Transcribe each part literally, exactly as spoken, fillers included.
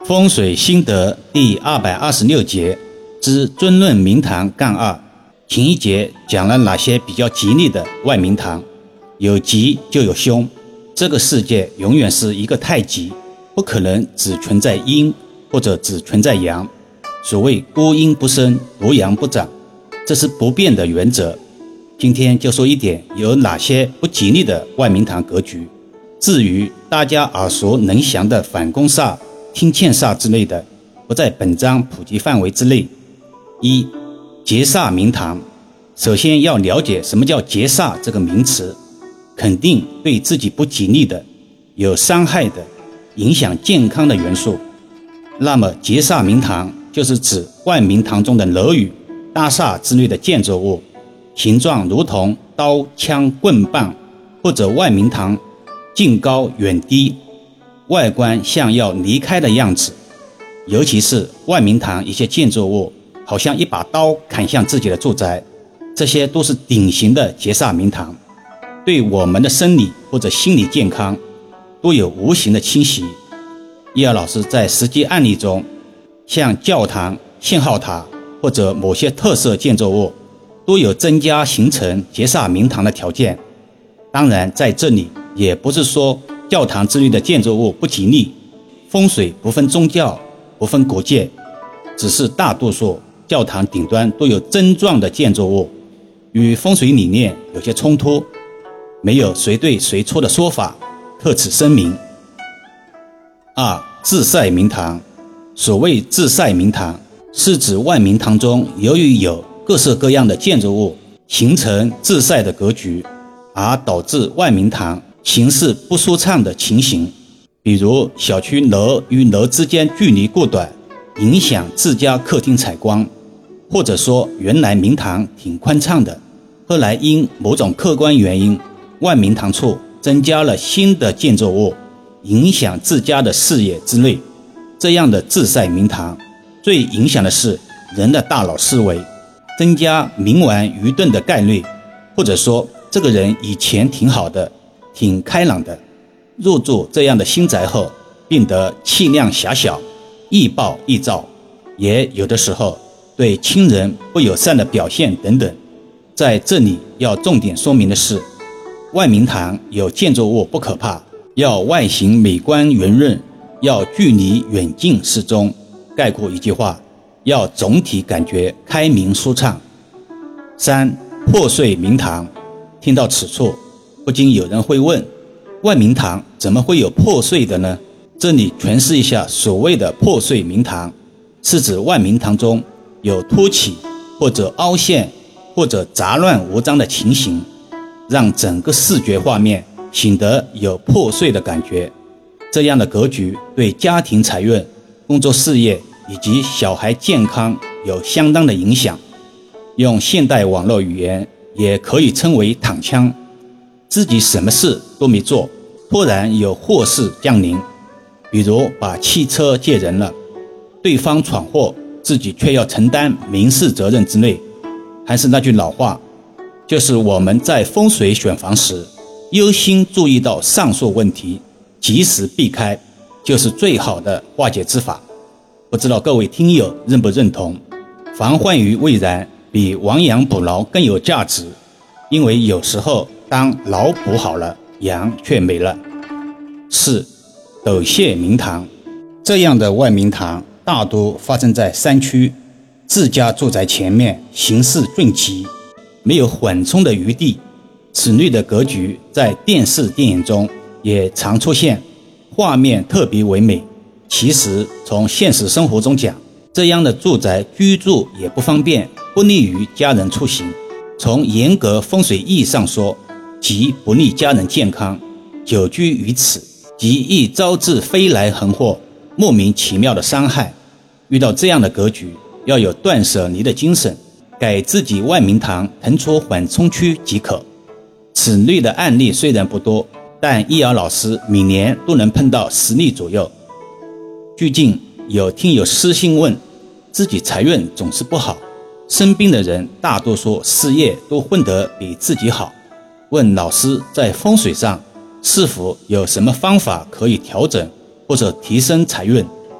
风水心得第二百二十六节之尊论明堂杠二。前一节讲了哪些比较吉利的外明堂，有吉就有凶，这个世界永远是一个太极，不可能只存在阴或者只存在阳。所谓孤阴不生，独阳不长，这是不变的原则。今天就说一点有哪些不吉利的外明堂格局，至于大家耳熟能详的反攻煞、听欠煞之类的，不在本章普及范围之内。一、劫煞明堂。首先要了解什么叫劫煞这个名词，肯定对自己不吉利的、有伤害的、影响健康的元素。那么劫煞明堂就是指外明堂中的楼宇、大厦之类的建筑物，形状如同刀、枪、棍棒，或者外明堂近高远低，外观像要离开的样子。尤其是外明堂一些建筑物好像一把刀砍向自己的住宅，这些都是典型的劫煞明堂，对我们的生理或者心理健康都有无形的侵袭。叶尔老师在实际案例中，像教堂、信号塔或者某些特色建筑物都有增加形成劫煞明堂的条件。当然在这里也不是说教堂之类的建筑物不吉利，风水不分宗教不分国界，只是大多数教堂顶端都有针状的建筑物，与风水理念有些冲突，没有谁对谁错的说法，特此声明。二、自晒明堂。所谓自晒明堂，是指外明堂中由于有各式各样的建筑物形成自晒的格局，而导致外明堂形势不舒畅的情形。比如小区楼与楼之间距离过短，影响自家客厅采光，或者说原来明堂挺宽敞的，后来因某种客观原因，外明堂处增加了新的建筑物，影响自家的视野之类。这样的自晒明堂最影响的是人的大脑思维，增加冥顽愚钝的概率，或者说这个人以前挺好的，挺开朗的，入住这样的新宅后变得气量狭小，易暴易躁，也有的时候对亲人不友善的表现等等。在这里要重点说明的是，外明堂有建筑物不可怕，要外形美观圆润，要距离远近适中，概括一句话，要总体感觉开明舒畅。三、破碎明堂。听到此处，不禁有人会问，外明堂怎么会有破碎的呢？这里诠释一下所谓的破碎明堂，是指外明堂中有凸起或者凹陷或者杂乱无章的情形，让整个视觉画面显得有破碎的感觉。这样的格局对家庭财运、工作事业以及小孩健康有相当的影响，用现代网络语言也可以称为躺枪。自己什么事都没做，突然有祸事降临，比如把汽车借人了，对方闯祸，自己却要承担民事责任之类。还是那句老话，就是我们在风水选房时，优先注意到上述问题，及时避开，就是最好的化解之法。不知道各位听友认不认同？防患于未然比亡羊补牢更有价值，因为有时候当牢补好了，羊却没了。四、斗蟹明堂。这样的外明堂大多发生在山区，自家住宅前面形势峻急，没有缓冲的余地。此类的格局在电视电影中也常出现，画面特别唯美。其实从现实生活中讲，这样的住宅居住也不方便，不利于家人出行。从严格风水意义上说，即不利家人健康，久居于此，即易招致飞来横祸，莫名其妙的伤害。遇到这样的格局，要有断舍离的精神，给自己外明堂腾出缓冲区即可。此类的案例虽然不多，但易遥老师每年都能碰到十例左右。最近有听友私信问，自己财运总是不好，身边的人大多数事业都混得比自己好，问老师在风水上是否有什么方法可以调整或者提升财运。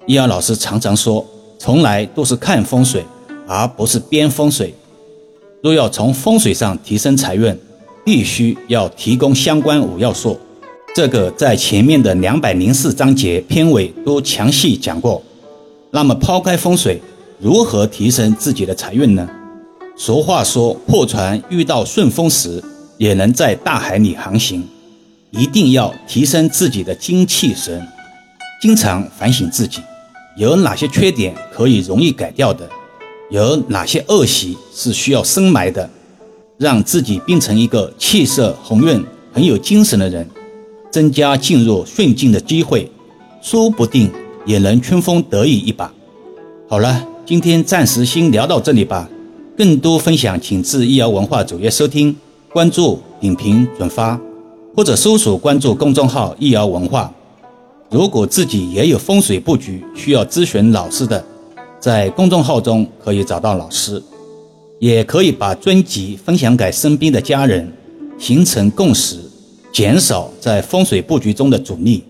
易遥老师常常说，从来都是看风水，而不是编风水。若要从风水上提升财运，必须要提供相关五要素，这个在前面的两百零四章节片尾都详细讲过。那么抛开风水，如何提升自己的财运呢？俗话说，破船遇到顺风时，也能在大海里航行。一定要提升自己的精气神，经常反省自己，有哪些缺点可以容易改掉的，有哪些恶习是需要深埋的，让自己变成一个气色红润、很有精神的人，增加进入顺境的机会，说不定也能春风得意一把。好了，今天暂时先聊到这里吧。更多分享请至易遥文化主页收听、关注、点评、转发，或者搜索关注公众号易遥文化。如果自己也有风水布局需要咨询老师的，在公众号中可以找到老师，也可以把专辑分享给身边的家人，形成共识，减少在风水布局中的阻力。